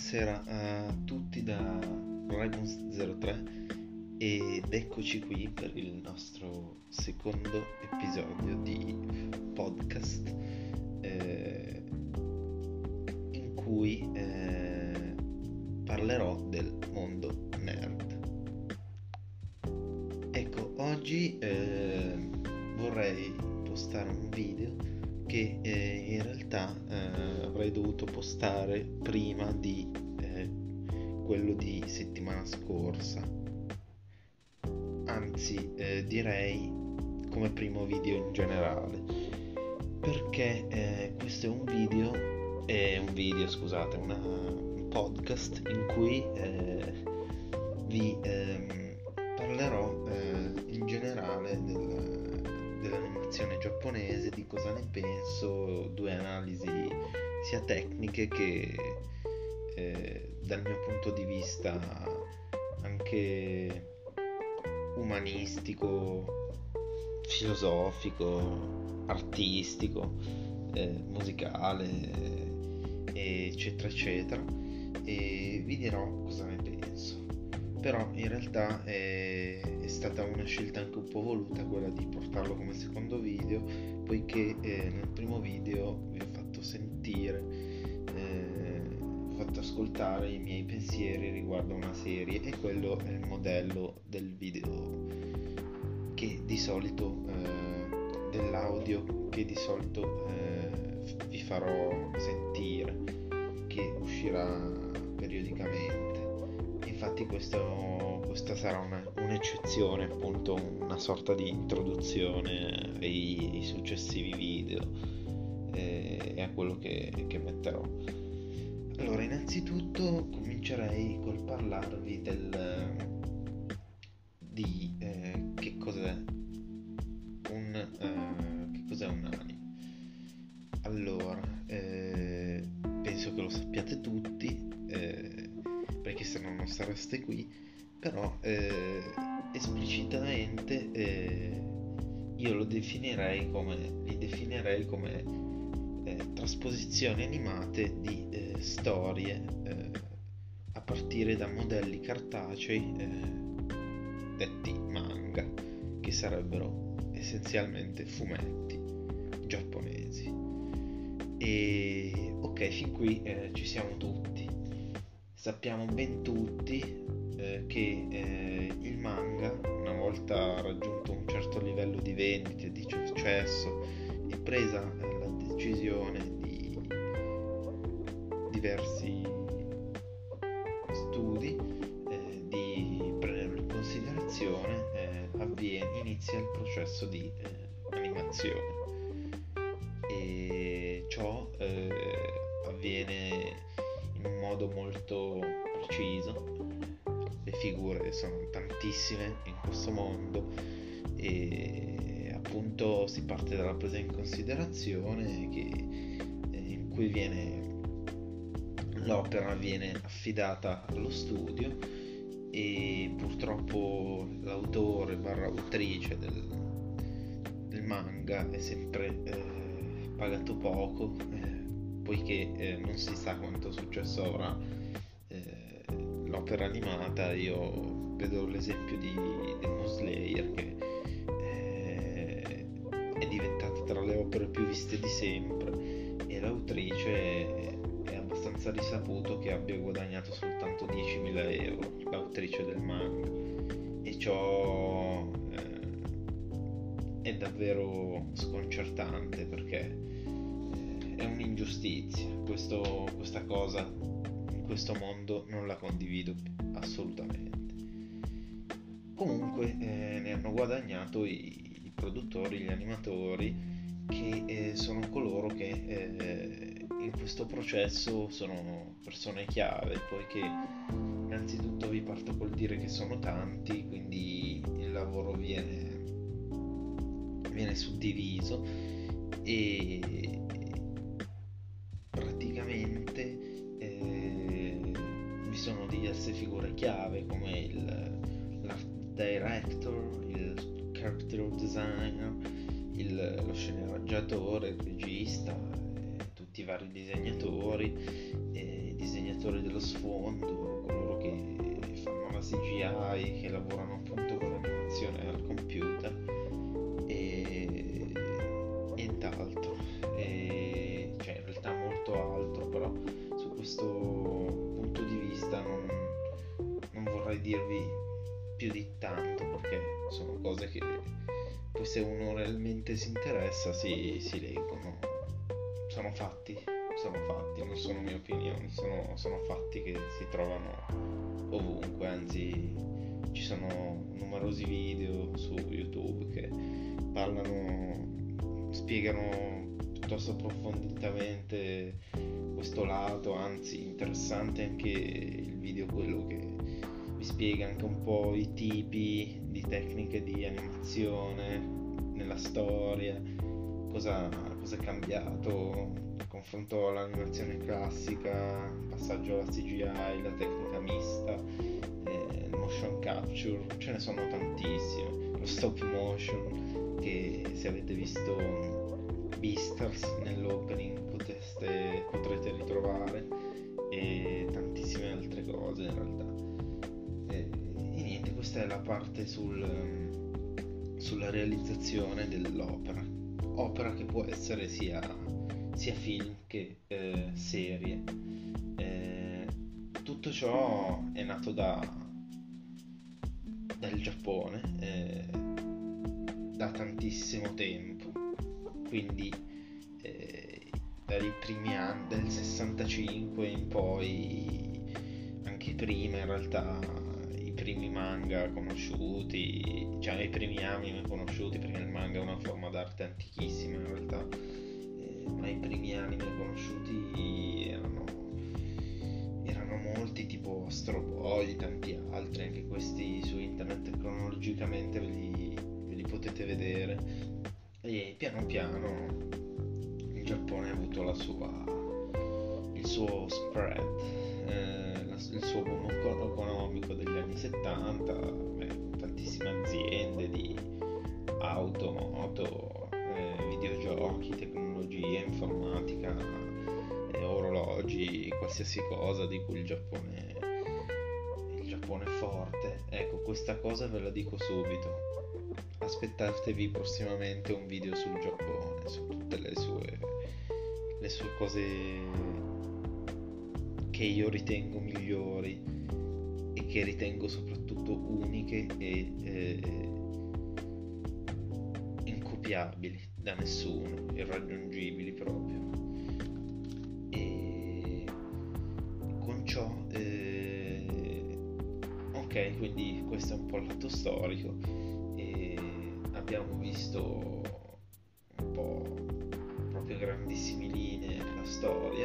Buonasera a tutti da Raibus03 ed eccoci qui per il nostro secondo episodio di podcast in cui parlerò del mondo nerd. Ecco, oggi vorrei postare un video che in realtà avrei dovuto postare prima di quello di settimana scorsa, anzi direi come primo video in generale, perché questo è un podcast in cui vi parlerò in generale dell'animazione giapponese, di cosa ne penso, due analisi sia tecniche che dal mio punto di vista anche umanistico, filosofico, artistico, musicale, eccetera eccetera, e vi dirò cosa ne penso. Però in realtà è stata una scelta anche un po' voluta quella di portarlo come secondo video, poiché nel primo video vi ho fatto ascoltare i miei pensieri riguardo a una serie, e quello è il modello del video che di solito dell'audio che di solito vi farò sentire, che uscirà periodicamente. Infatti questa sarà un'eccezione, appunto una sorta di introduzione ai successivi video e a quello che metterò. Allora, innanzitutto comincerei col parlarvi di che cos'è un anime. Allora, penso che lo sappiate tutti, perché se no non sareste qui, però esplicitamente io li definirei come trasposizioni animate di storie a partire da modelli cartacei detti manga, che sarebbero essenzialmente fumetti giapponesi. E ok, fin qui ci siamo tutti. Sappiamo ben tutti che il manga, una volta raggiunto un certo livello di vendite e di successo, è presa la decisione di diversi studi di prenderlo in considerazione, inizia il processo di animazione, e ciò avviene in un modo molto preciso. Le figure sono tantissime in questo mondo e appunto si parte dalla presa in considerazione in cui l'opera viene affidata allo studio, e purtroppo l'autore / autrice del manga è sempre pagato poco, poiché non si sa quanto successo avrà l'opera animata. Io vedo l'esempio di Demon Slayer, che è diventata tra le opere più viste di sempre, e l'autrice è abbastanza risaputo che abbia guadagnato soltanto 10.000 euro, l'autrice del manga, e ciò è davvero sconcertante, perché è un'ingiustizia. Questa cosa in questo mondo non la condivido assolutamente. Comunque ne hanno guadagnato i produttori, gli animatori, che sono coloro che in questo processo sono persone chiave, poiché innanzitutto vi parto col dire che sono tanti, quindi il lavoro viene suddiviso, e praticamente vi sono diverse figure chiave, come l'art director, il character designer, lo sceneggiatore, il regista, tutti i vari disegnatori, disegnatori dello sfondo, coloro che fanno la CGI, che lavorano appunto con l'animazione al computer e nient'altro. Cioè in realtà molto altro, però su questo punto di vista non vorrei dirvi più di tanto, perché sono cose che poi se uno realmente si interessa si leggono. Sono fatti, non sono mie opinioni, sono fatti che si trovano ovunque, anzi ci sono numerosi video su YouTube che spiegano piuttosto approfonditamente questo lato, anzi interessante anche il video quello che vi spiega anche un po' i tipi di tecniche di animazione nella storia, cosa è cambiato, il confronto all'animazione classica, il passaggio alla CGI, la tecnica mista, il motion capture, ce ne sono tantissime, lo stop motion, che se avete visto Beastars nell'opening potrete ritrovare, e tantissime altre cose in realtà. E niente, questa è la parte sulla realizzazione dell'opera che può essere sia film che serie. Tutto ciò è nato dal Giappone da tantissimo tempo, quindi dai primi anni del 65 in poi, anche prima in realtà, i primi manga conosciuti, cioè i primi anime conosciuti, perché il manga è una forma d'arte antichissima in realtà, ma i primi anime conosciuti erano molti, tipo Astro Boy, tanti altri, anche questi su internet cronologicamente ve li potete vedere, e piano piano il Giappone ha avuto il suo spread, il suo boom economico degli anni 70, tantissime aziende di auto, videogiochi, tecnologie, informatica, orologi, qualsiasi cosa di cui il Giappone è forte. Ecco, questa cosa ve la dico subito: aspettatevi prossimamente un video sul Giappone, su tutte le sue cose che io ritengo migliori e che ritengo soprattutto uniche e incopiabili da nessuno, irraggiungibili proprio. E con ciò ok, quindi questo è un po' il lato storico, e abbiamo visto un po' proprio grandissime linee la storia,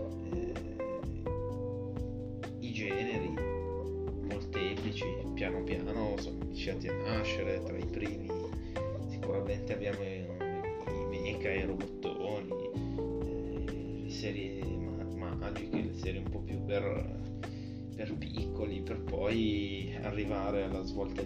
i generi molteplici piano piano sono iniziati a nascere. Tra i primi sicuramente abbiamo i mecha, i robottoni, le serie magiche, le serie un po' più per piccoli, per poi arrivare alla svolta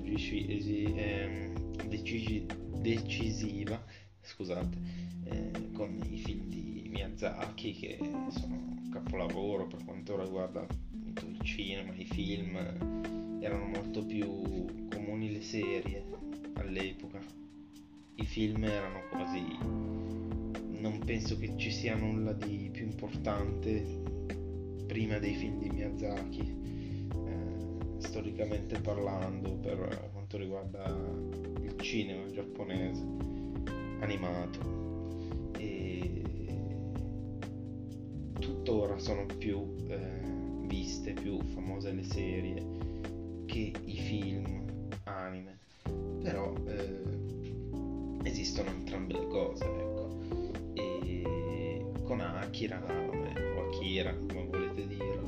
decisiva, scusate, con i film di Miyazaki, che sono un capolavoro per quanto riguarda il cinema. I film erano molto più comuni, le serie all'epoca, i film erano quasi, non penso che ci sia nulla di più importante prima dei film di Miyazaki, storicamente parlando, per quanto riguarda il cinema giapponese animato. E tuttora sono più viste, più famose le serie che i film anime, però esistono entrambe le cose, ecco. E con Akira o Akira, come volete dirlo,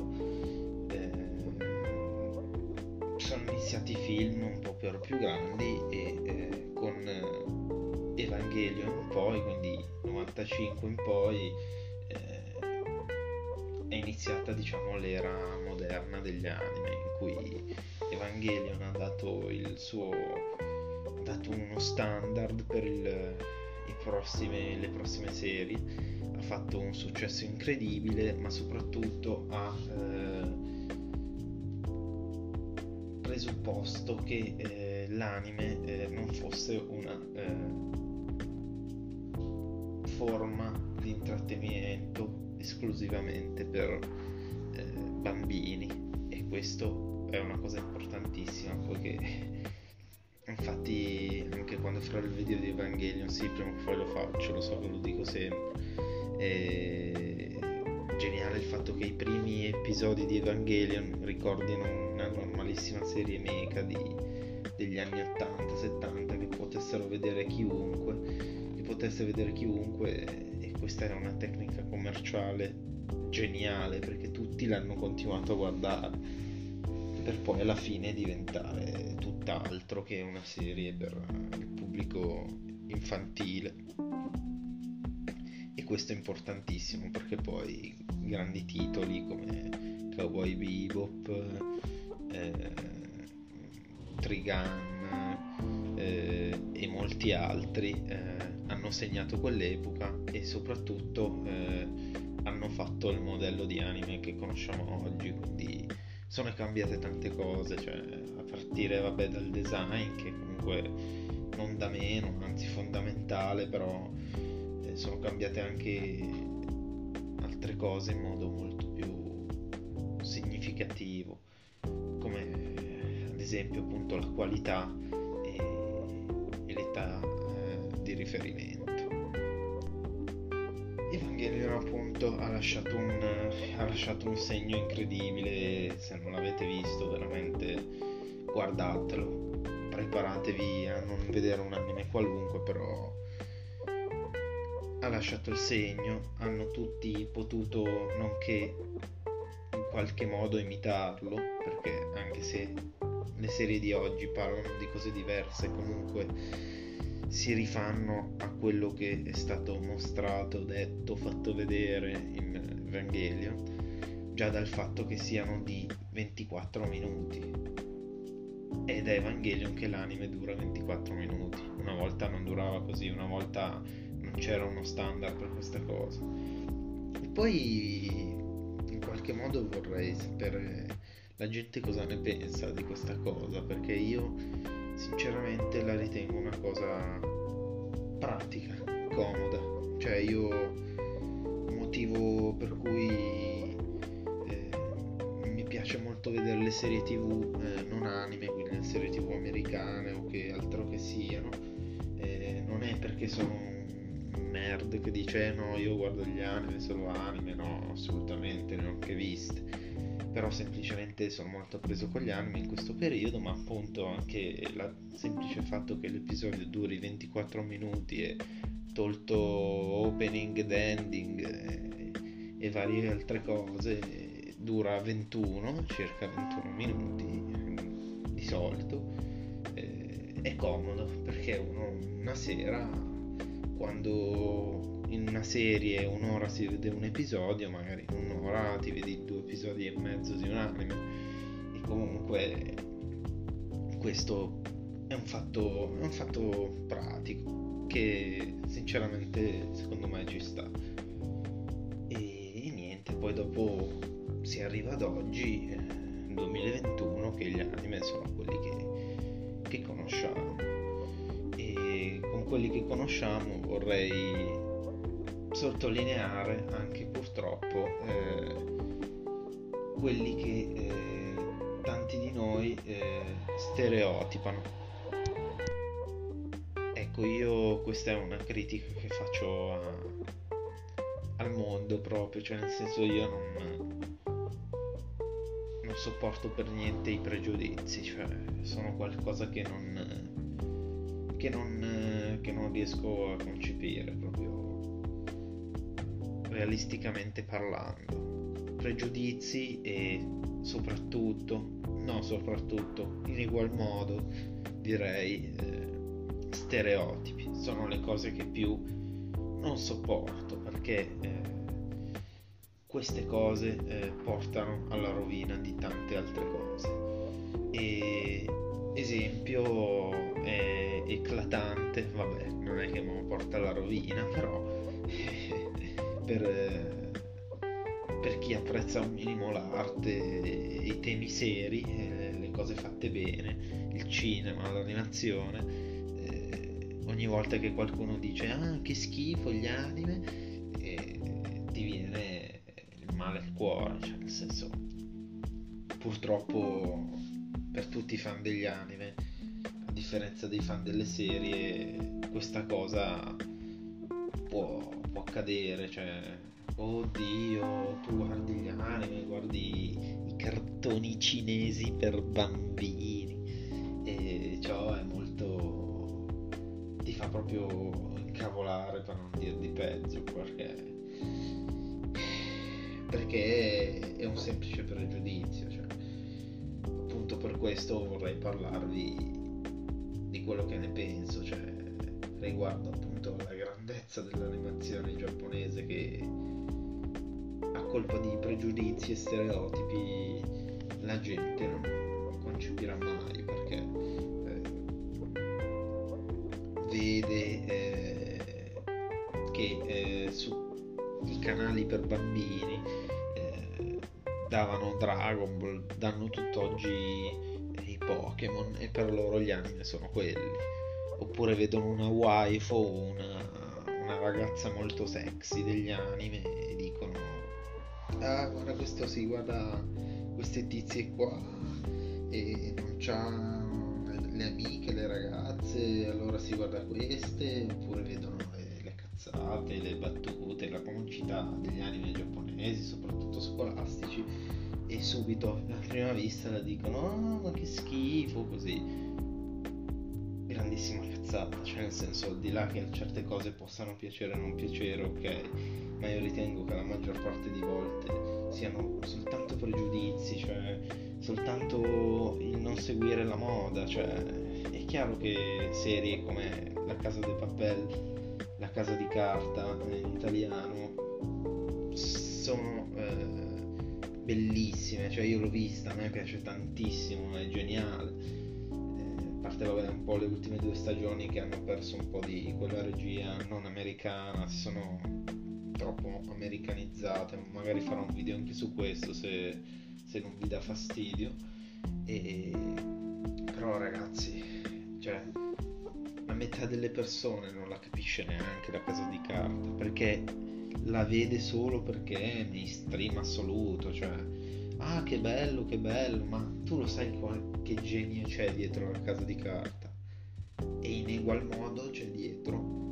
sono iniziati i film un po' più grandi, e con Evangelion poi, quindi 95 in poi, è iniziata, diciamo, l'era moderna degli anime, in cui Evangelion ha dato uno standard per i le prossime serie, ha fatto un successo incredibile, ma soprattutto ha presupposto che l'anime non fosse una forma di intrattenimento esclusivamente per bambini, e questo è una cosa importantissima, poiché infatti anche quando farò il video di Evangelion, sì, prima o poi lo faccio, lo so che lo dico sempre, geniale il fatto che i primi episodi di Evangelion ricordino una normalissima serie mecha degli anni 80-70 che potesse vedere chiunque, e questa è una tecnica commerciale geniale, perché tutti l'hanno continuato a guardare per poi alla fine diventare tutt'altro che una serie per il pubblico infantile. E questo è importantissimo, perché poi grandi titoli come Cowboy Bebop, Trigun e molti altri hanno segnato quell'epoca, e soprattutto hanno fatto il modello di anime che conosciamo oggi. Quindi sono cambiate tante cose, cioè a partire dal design, che comunque non da meno, anzi fondamentale, però sono cambiate anche altre cose in modo molto più significativo, come ad esempio appunto la qualità e l'età di riferimento. Evangelion appunto ha lasciato un segno incredibile. Se non l'avete visto, veramente guardatelo, preparatevi a non vedere un anime qualunque, però ha lasciato il segno. Hanno tutti potuto, nonché in qualche modo, imitarlo, perché anche se le serie di oggi parlano di cose diverse, comunque si rifanno a quello che è stato mostrato, detto, fatto vedere in Evangelion, già dal fatto che siano di 24 minuti. Ed è Evangelion che l'anime dura 24 minuti. Una volta non durava così, una volta non c'era uno standard per questa cosa. E poi in qualche modo vorrei sapere la gente cosa ne pensa di questa cosa, perché io sinceramente la ritengo una cosa pratica, comoda. Cioè io, un motivo per cui mi piace molto vedere le serie TV non anime, quindi le serie TV americane o che altro che siano, non è perché sono un nerd che dice no, io guardo gli anime, solo anime, no, assolutamente, ne ho anche viste, però semplicemente sono molto preso con gli anime in questo periodo. Ma appunto anche il semplice fatto che l'episodio duri 24 minuti e tolto opening ed ending e varie altre cose dura circa 21 minuti di solito, è comodo, perché una sera, quando in una serie un'ora si vede un episodio, magari in un'ora ti vedi 2 episodi e mezzo di un anime, e comunque questo è un fatto pratico che sinceramente secondo me ci sta. E niente, poi dopo si arriva ad oggi, 2021, che gli anime sono quelli che conosciamo, e con quelli che conosciamo vorrei sottolineare anche purtroppo quelli che tanti di noi stereotipano. Ecco, io questa è una critica che faccio al mondo proprio, cioè nel senso, io non sopporto per niente i pregiudizi, cioè sono qualcosa che non riesco a concepire proprio realisticamente parlando. Pregiudizi e soprattutto, in egual modo direi, stereotipi sono le cose che più non sopporto, perché queste cose portano alla rovina di tante altre cose. E esempio è eclatante, vabbè, non è che mi porta alla rovina, però per, per chi apprezza un minimo l'arte, i temi seri, le cose fatte bene, il cinema, l'animazione, ogni volta che qualcuno dice ah che schifo gli anime, ti viene il male al cuore, cioè nel senso, purtroppo per tutti i fan degli anime, a differenza dei fan delle serie, questa cosa può accadere, cioè oddio, tu guardi gli anime, guardi i cartoni cinesi per bambini e ciò è molto, ti fa proprio incavolare, per non dir di peggio, perché è un semplice pregiudizio, cioè appunto per questo vorrei parlarvi di quello che ne penso, cioè riguardo appunto la grandezza dell'animazione giapponese, che a colpa di pregiudizi e stereotipi la gente non concepirà mai, perché vede che sui canali per bambini davano Dragon Ball, danno tutt'oggi i Pokémon, e per loro gli anime sono quelli. Oppure vedono una waifu, una ragazza molto sexy degli anime e dicono ah guarda questo, sì, guarda queste tizie qua e non c'ha le amiche, le ragazze, allora si guarda queste. Oppure vedono le cazzate, le battute, la comicità degli anime giapponesi, soprattutto scolastici, e subito a prima vista la dicono oh ma che schifo, così. Grandissima cazzata, cioè nel senso, al di là che certe cose possano piacere o non piacere, ok, ma io ritengo che la maggior parte di volte siano soltanto pregiudizi, cioè soltanto il non seguire la moda. Cioè è chiaro che serie come La Casa de Papel, La Casa di Carta in italiano, sono bellissime, cioè io l'ho vista, a me piace tantissimo, è geniale. A parte vabbè un po' le ultime 2 stagioni che hanno perso un po' di quella regia non americana, si sono troppo americanizzate, magari farò un video anche su questo se non vi dà fastidio. Però ragazzi, cioè la metà delle persone non la capisce neanche La Casa di Carta, perché la vede solo perché è mainstream assoluto, cioè ah che bello, ma tu lo sai che genio c'è dietro La Casa di Carta? E in egual modo c'è dietro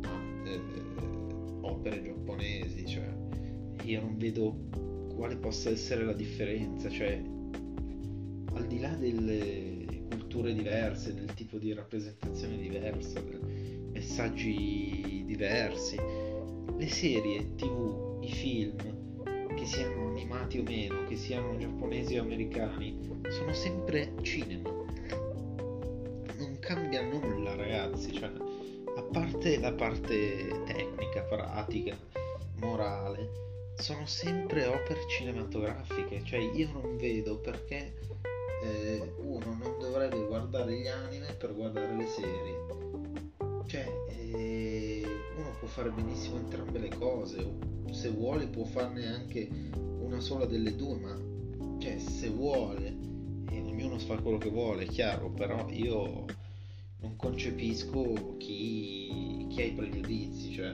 opere giapponesi, cioè io non vedo quale possa essere la differenza, cioè al di là delle culture diverse, del tipo di rappresentazione diversa, messaggi diversi, le serie TV, i film, che siano animati o meno, che siano giapponesi o americani, sono sempre cinema, non cambia nulla ragazzi, cioè a parte la parte tecnica, pratica, morale, sono sempre opere cinematografiche, cioè io non vedo perché uno non dovrebbe guardare gli anime per guardare le serie, cioè uno può fare benissimo entrambe le cose, o se vuole può farne anche una sola delle due, ma cioè se vuole, e ognuno fa quello che vuole, è chiaro, però io non concepisco chi ha i pregiudizi, cioè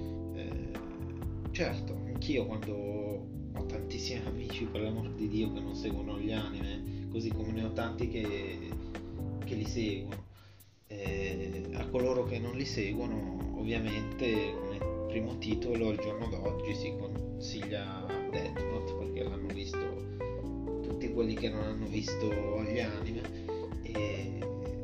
certo, anch'io quando ho tantissimi amici, per l'amor di Dio, che non seguono gli anime, così come ne ho tanti che li seguono. A coloro che non li seguono, ovviamente come primo titolo al giorno d'oggi si consiglia Death Note, perché l'hanno visto tutti quelli che non hanno visto gli anime, e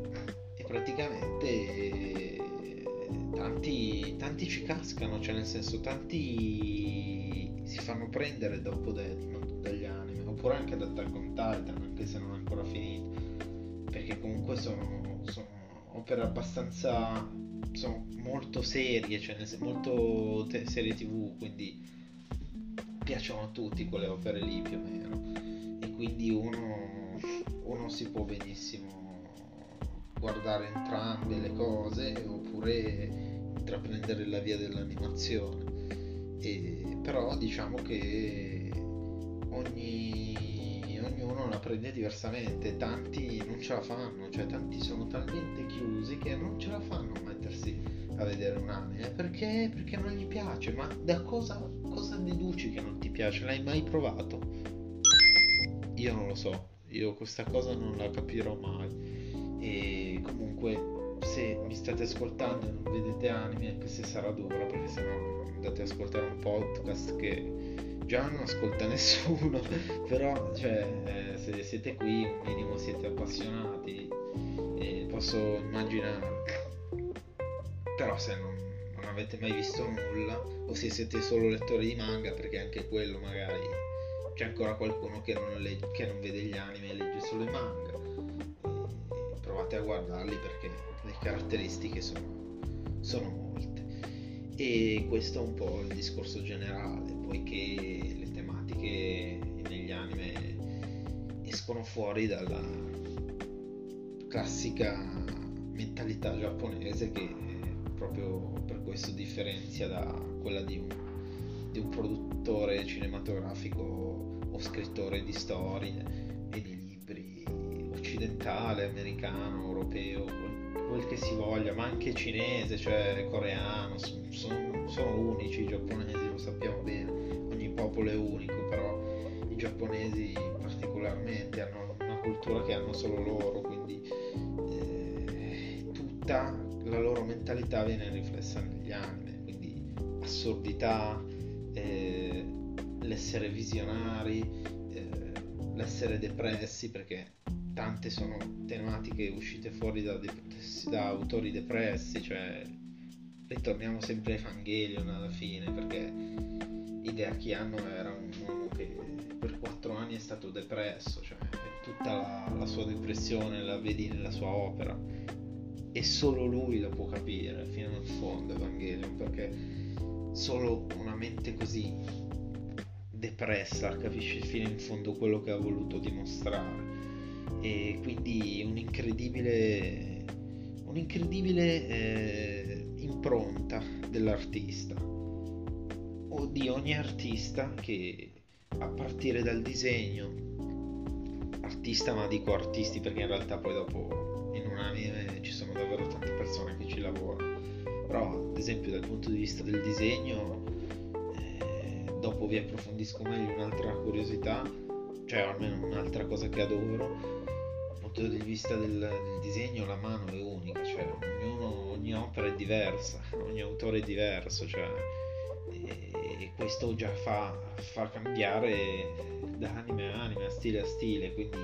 praticamente tanti ci cascano, cioè nel senso tanti si fanno prendere dopo Death Note dagli anime, oppure anche da Attack on Titan, anche se non è ancora finito, perché comunque sono opere abbastanza, sono molto serie, cioè molto serie TV, quindi piacciono a tutti quelle opere lì più o meno, e quindi uno si può benissimo guardare entrambe le cose oppure intraprendere la via dell'animazione. Però diciamo che ognuno la prende diversamente. Tanti non ce la fanno, cioè tanti sono talmente chiusi che non ce la fanno a mettersi a vedere un anime perché non gli piace. Ma da cosa deduci che non ti piace? L'hai mai provato? Io non lo so, io questa cosa non la capirò mai. E comunque, se mi state ascoltando e non vedete anime, anche se sarà dura, perché sennò andate ad ascoltare un podcast che già non ascolta nessuno, però cioè, se siete qui un minimo siete appassionati, posso immaginare. Però se non avete mai visto nulla, o se siete solo lettori di manga, perché anche quello magari c'è ancora qualcuno che non vede gli anime e legge solo i manga, e provate a guardarli perché le caratteristiche sono molte. E questo è un po' il discorso generale, poiché le tematiche negli anime escono fuori dalla classica mentalità giapponese, che proprio per questo differenzia da quella di un produttore cinematografico o scrittore di storie e di libri occidentale, americano, europeo, quel che si voglia, ma anche cinese, cioè coreano. Sono unici i giapponesi, lo sappiamo bene, ogni popolo è unico, però i giapponesi particolarmente hanno una cultura che hanno solo loro, quindi tutta la loro mentalità viene riflessa negli anime, quindi assurdità, l'essere visionari, l'essere depressi, perché tante sono tematiche uscite fuori da autori depressi, cioè ritorniamo sempre ai Evangelion alla fine, perché Hideaki Anno era un uomo che per 4 anni è stato depresso, cioè tutta la sua depressione la vedi nella sua opera, e solo lui la può capire fino in fondo Evangelion, perché solo una mente così depressa capisce fino in fondo quello che ha voluto dimostrare. E quindi un'incredibile impronta dell'artista, o di ogni artista, che a partire dal disegno, artista, ma dico artisti perché in realtà poi dopo in un anime ci sono davvero tante persone che ci lavorano, però ad esempio dal punto di vista del disegno, dopo vi approfondisco meglio un'altra curiosità, cioè almeno un'altra cosa che adoro. Dal punto di vista del disegno, la mano è unica, cioè ogni opera è diversa, ogni autore è diverso, cioè, e questo già fa cambiare da anime a anime, a stile, quindi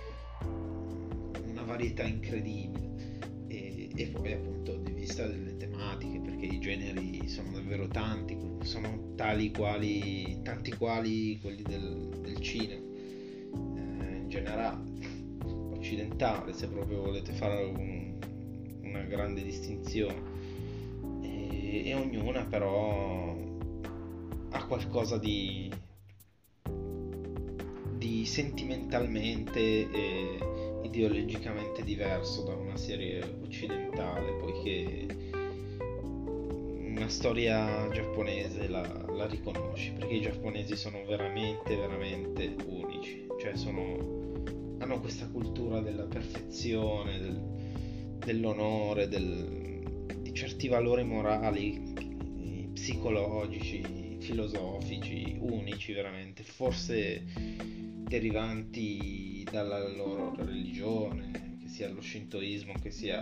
una varietà incredibile. E poi appunto di vista delle tematiche, perché i generi sono davvero tanti, sono tanti quali quelli del cinema in generale, occidentale, se proprio volete fare una grande distinzione, e ognuna però ha qualcosa di sentimentalmente e ideologicamente diverso da una serie occidentale, poiché una storia giapponese la riconosci, perché i giapponesi sono veramente veramente unici, cioè hanno questa cultura della perfezione, dell'onore, di certi valori morali, psicologici, filosofici, unici veramente, forse derivanti dalla loro religione, che sia lo shintoismo, che sia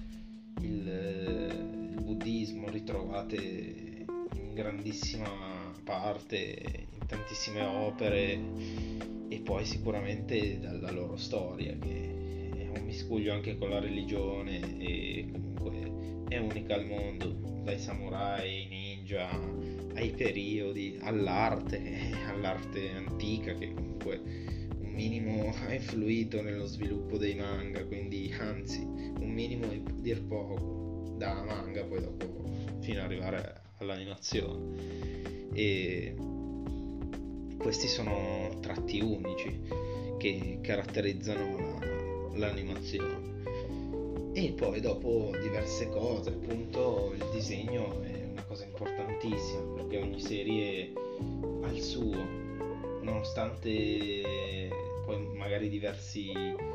il buddismo, ritrovate in grandissima parte in tantissime opere, e poi sicuramente dalla loro storia, che è un miscuglio anche con la religione, e comunque è unica al mondo, dai samurai, ai ninja, ai periodi, all'arte antica, che comunque un minimo ha influito nello sviluppo dei manga, quindi anzi un minimo è dir poco, da manga poi dopo fino ad arrivare all'animazione. E questi sono tratti unici che caratterizzano l'animazione. E poi dopo diverse cose, appunto il disegno è una cosa importantissima perché ogni serie ha il suo, nonostante poi magari diversi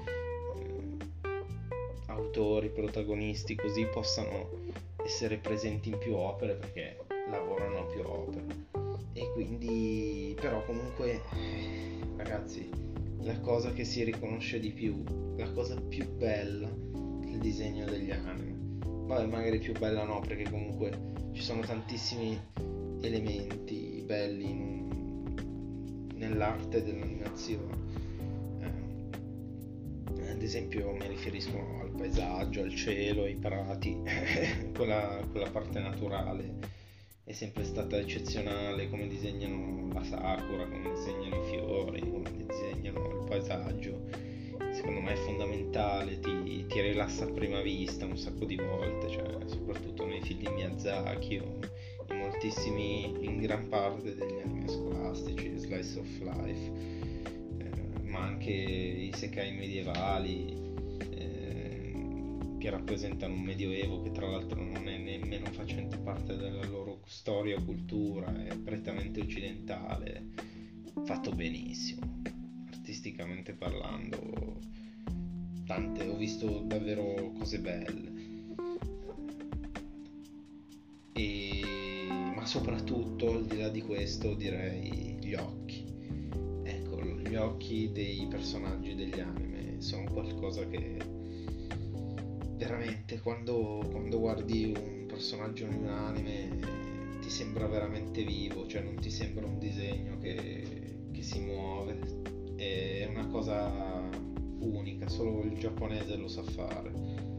autori, protagonisti così possano essere presenti in più opere perché lavorano a più opere. E quindi però comunque ragazzi, la cosa che si riconosce di più, la cosa più bella è il disegno degli anime. Vabbè, magari più bella no, perché comunque ci sono tantissimi elementi belli nell'arte dell'animazione. Ad esempio mi riferisco al paesaggio, al cielo, ai prati, quella parte naturale è sempre stata eccezionale, come disegnano la sakura, come disegnano i fiori, come disegnano il paesaggio. Secondo me è fondamentale, ti rilassa a prima vista un sacco di volte, cioè soprattutto nei film di Miyazaki o in gran parte degli anime scolastici, slice of life, ma anche i sekai medievali che rappresentano un medioevo che tra l'altro non è nemmeno facente parte della loro storia o cultura, è prettamente occidentale, fatto benissimo, artisticamente parlando, ho visto davvero cose belle. Ma soprattutto al di là di questo direi gli occhi. Ecco, gli occhi dei personaggi degli anime sono qualcosa che veramente quando guardi un personaggio in un anime ti sembra veramente vivo, cioè non ti sembra un disegno che si muove, è una cosa unica, solo il giapponese lo sa fare,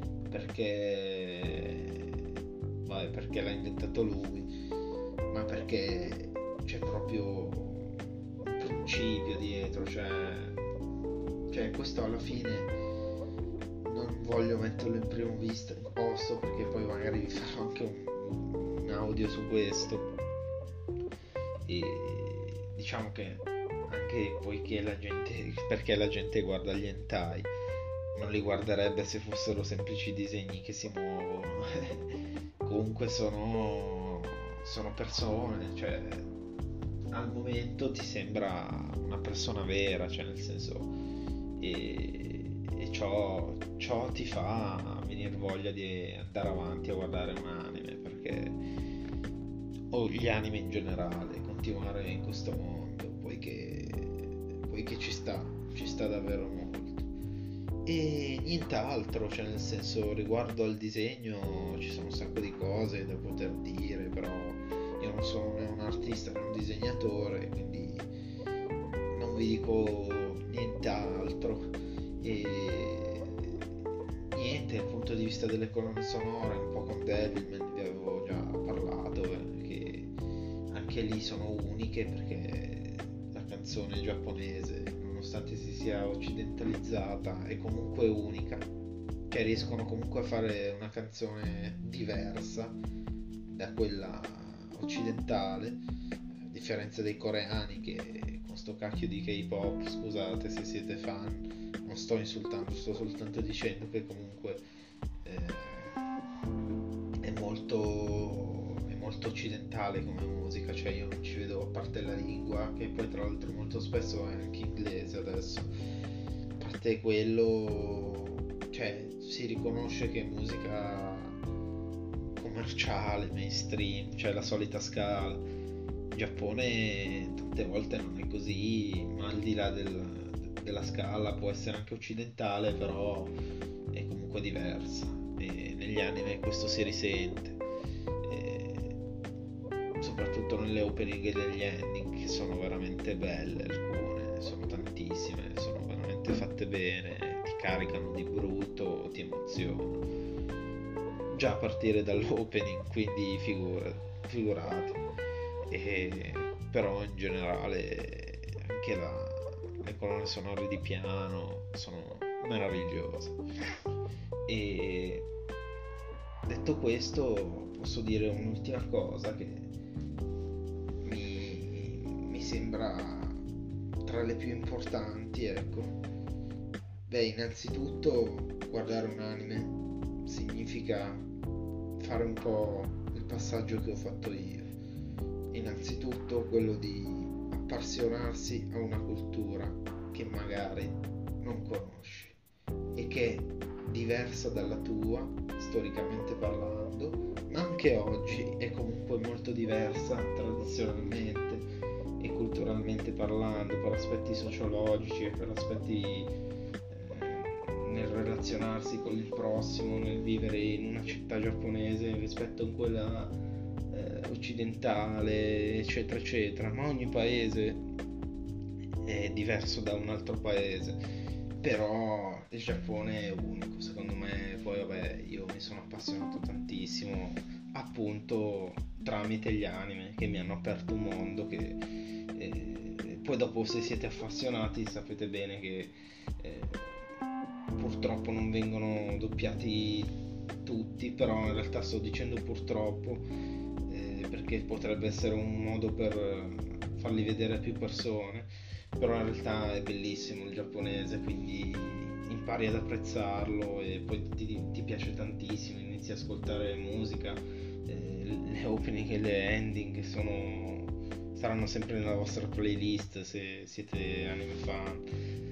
perché l'ha inventato lui, ma perché c'è proprio un principio dietro, cioè questo alla fine non voglio metterlo in primo posto perché poi magari vi farò anche un audio su questo, e diciamo che anche poiché perché la gente guarda gli hentai, non li guarderebbe se fossero semplici disegni che si muovono. Comunque sono persone, cioè al momento ti sembra una persona vera, cioè nel senso, e ciò ti fa venire voglia di andare avanti a guardare un anime, perché o gli anime in generale, continuare in questo mondo, poiché ci sta davvero molto. E nient'altro, cioè nel senso, riguardo al disegno ci sono un sacco di cose da poter dire, però io non sono né un artista né un disegnatore, quindi non vi dico nient'altro. E niente, dal punto di vista delle colonne sonore, un po' con Devilman vi avevo già parlato, che anche lì sono uniche, perché la canzone giapponese, nonostante si sia occidentalizzata, è comunque unica, cioè riescono comunque a fare una canzone diversa da quella occidentale, a differenza dei coreani che con sto cacchio di K-pop, scusate se siete fan, non sto insultando, sto soltanto dicendo che comunque è molto occidentale come musica, cioè io non ci vedo, a parte la lingua, che poi tra l'altro molto spesso è anche inglese adesso, a parte quello, cioè si riconosce che è musica commerciale, mainstream, cioè la solita scala. In Giappone tante volte non è così, ma al di là della scala può essere anche occidentale, però è comunque diversa, e negli anime questo si risente, soprattutto nelle opening e negli ending, che sono veramente belle, alcune sono tantissime, sono veramente fatte bene, ti caricano di brutto, ti emozionano già a partire dall'opening, quindi figurate. Però in generale anche le colonne sonore di piano sono meravigliose. E detto questo, posso dire un'ultima cosa che mi sembra tra le più importanti, ecco. Innanzitutto guardare un anime significa fare un po' il passaggio che ho fatto io. Innanzitutto quello di appassionarsi a una cultura che magari non conosci e che è diversa dalla tua, storicamente parlando, ma anche oggi è comunque molto diversa tradizionalmente e culturalmente parlando, per aspetti sociologici e per aspetti nel relazionarsi con il prossimo, nel vivere in una città giapponese rispetto a quella occidentale, eccetera eccetera. Ma ogni paese è diverso da un altro paese, però il Giappone è unico secondo me. Poi vabbè, io mi sono appassionato tantissimo appunto tramite gli anime, che mi hanno aperto un mondo che poi dopo, se siete appassionati, sapete bene che purtroppo non vengono doppiati tutti, però in realtà sto dicendo purtroppo perché potrebbe essere un modo per farli vedere a più persone, però in realtà è bellissimo il giapponese, quindi impari ad apprezzarlo e poi ti piace tantissimo, inizi a ascoltare musica, le opening e le ending saranno sempre nella vostra playlist se siete anime fan,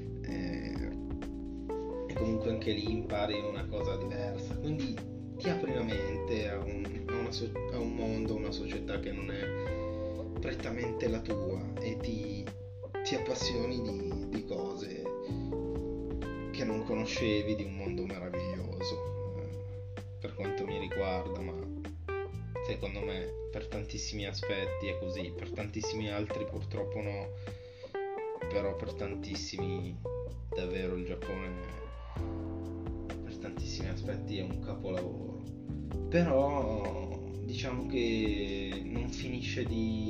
e comunque anche lì impari una cosa diversa, quindi ti apri la mente a un mondo, una società che non è prettamente la tua, e ti appassioni di cose che non conoscevi, di un mondo meraviglioso, per quanto mi riguarda, ma secondo me per tantissimi aspetti è così, per tantissimi altri purtroppo no, però per tantissimi davvero il Giappone per tantissimi aspetti è un capolavoro. Però diciamo che non finisce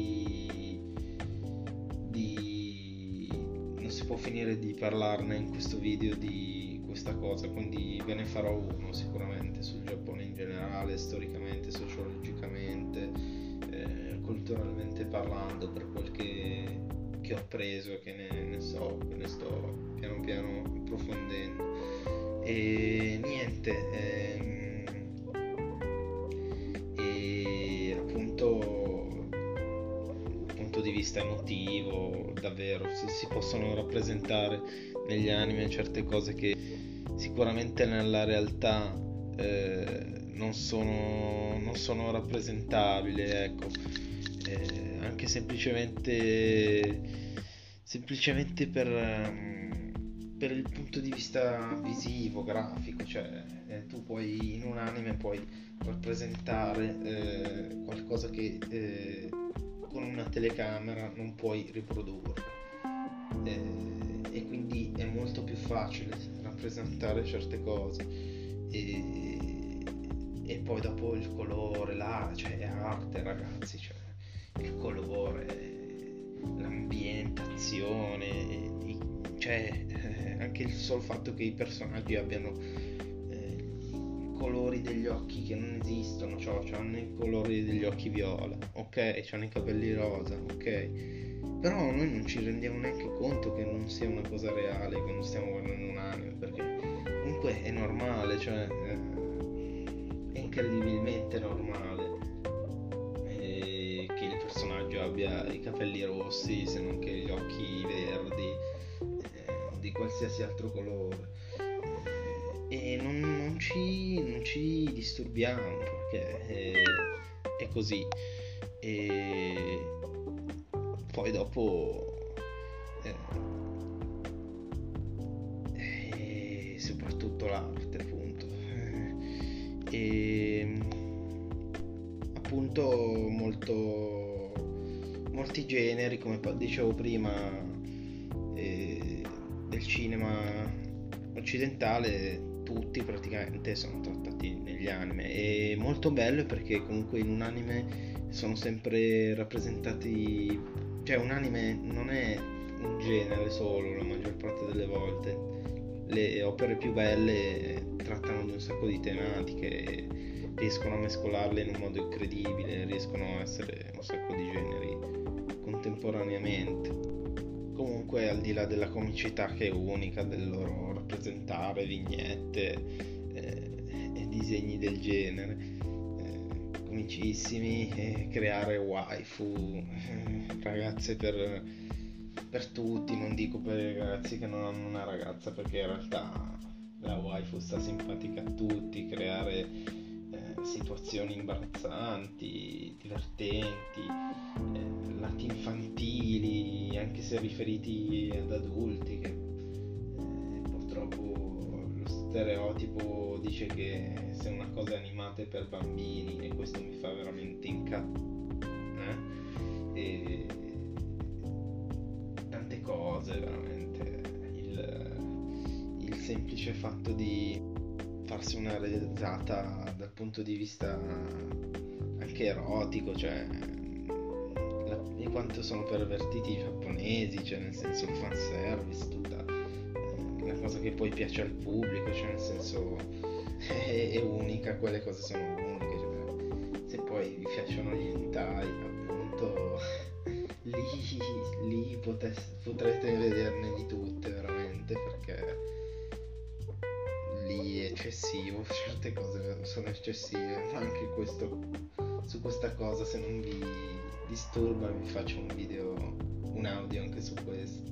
non si può finire di parlarne in questo video di questa cosa, quindi ve ne farò uno sicuramente sul Giappone in generale, storicamente, sociologicamente, culturalmente parlando, per quel che ho appreso e che ne sto piano piano approfondendo. E niente, e appunto dal punto di vista emotivo davvero si possono rappresentare negli anime certe cose che sicuramente nella realtà non sono rappresentabili, ecco, anche semplicemente per il punto di vista visivo, grafico, cioè tu puoi in un anime puoi rappresentare qualcosa che con una telecamera non puoi riprodurre, e quindi è molto più facile rappresentare certe cose, e poi dopo il colore, cioè è arte, ragazzi, cioè il colore, l'ambientazione, cioè anche il solo fatto che i personaggi abbiano colori degli occhi che non esistono, cioè hanno i colori degli occhi viola, ok, hanno i capelli rosa, ok, però noi non ci rendiamo neanche conto che non sia una cosa reale quando stiamo guardando un anime, perché comunque è normale, cioè è incredibilmente normale che il personaggio abbia i capelli rossi, se non che gli occhi verdi, di qualsiasi altro colore, e non ci disturbiamo perché è così. E poi dopo soprattutto l'arte, appunto, e appunto molti generi, come dicevo prima, del cinema occidentale, tutti praticamente sono trattati negli anime. È molto bello perché comunque in un anime sono sempre rappresentati, cioè un anime non è un genere solo la maggior parte delle volte. Le opere più belle trattano di un sacco di tematiche, riescono a mescolarle in un modo incredibile, riescono a essere un sacco di generi contemporaneamente. Comunque, al di là della comicità che è unica del loro rappresentare vignette e disegni del genere, comicissimi, creare waifu, ragazze per tutti, non dico per i ragazzi che non hanno una ragazza, perché in realtà la waifu sta simpatica a tutti, creare situazioni imbarazzanti, divertenti, lati infantili, anche se riferiti ad adulti, che purtroppo lo stereotipo dice che se una cosa è animata è per bambini, e questo mi fa veramente e tante cose, veramente il semplice fatto di farsi una risata dal punto di vista anche erotico, cioè di quanto sono pervertiti i giapponesi, cioè nel senso il fanservice, tutta la cosa che poi piace al pubblico, cioè nel senso è unica, quelle cose sono uniche, cioè, se poi vi piacciono gli hentai, appunto lì potrete vederne di tutte, veramente, perché lì è eccessivo, certe cose sono eccessive, ma anche su questa cosa, se non vi disturba, vi faccio un audio anche su questo,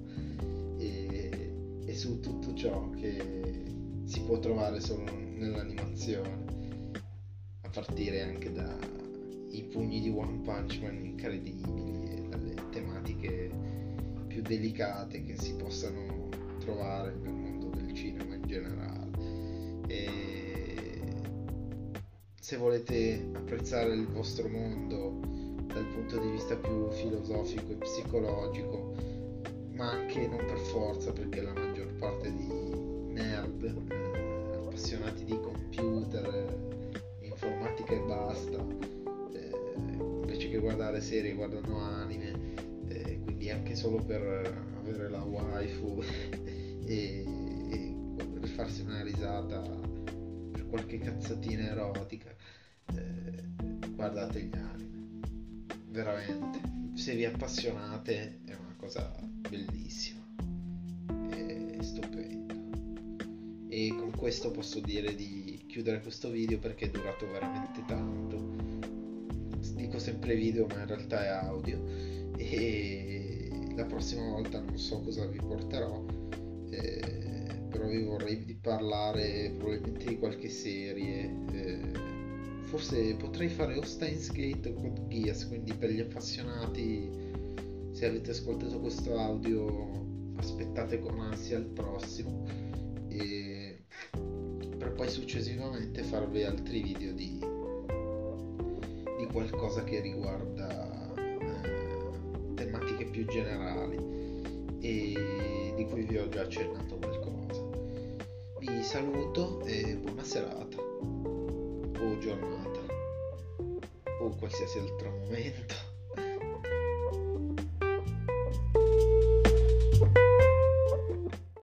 e su tutto ciò che si può trovare solo nell'animazione, a partire anche dai pugni di One Punch Man incredibili e dalle tematiche più delicate che si possano trovare nel mondo del cinema in generale. E se volete apprezzare il vostro mondo dal punto di vista più filosofico e psicologico, ma anche non per forza, perché la maggior parte di nerd appassionati di computer, informatica e basta, invece che guardare serie guardano anime, quindi anche solo per avere la waifu e farsi una risata per qualche cazzatina erotica, guardate gli anime, veramente, se vi appassionate è una cosa bellissima, è stupendo. E con questo posso dire di chiudere questo video, perché è durato veramente tanto. Dico sempre video, ma in realtà è audio, e la prossima volta non so cosa vi porterò, però vi vorrei parlare probabilmente di qualche serie, forse potrei fare o Steins Gate o Code Geass, quindi per gli appassionati, se avete ascoltato questo audio aspettate con ansia il prossimo, e per poi successivamente farvi altri video di qualcosa che riguarda tematiche più generali e di cui vi ho già accennato qualcosa. Vi saluto e buona serata o giornata o qualsiasi altro momento.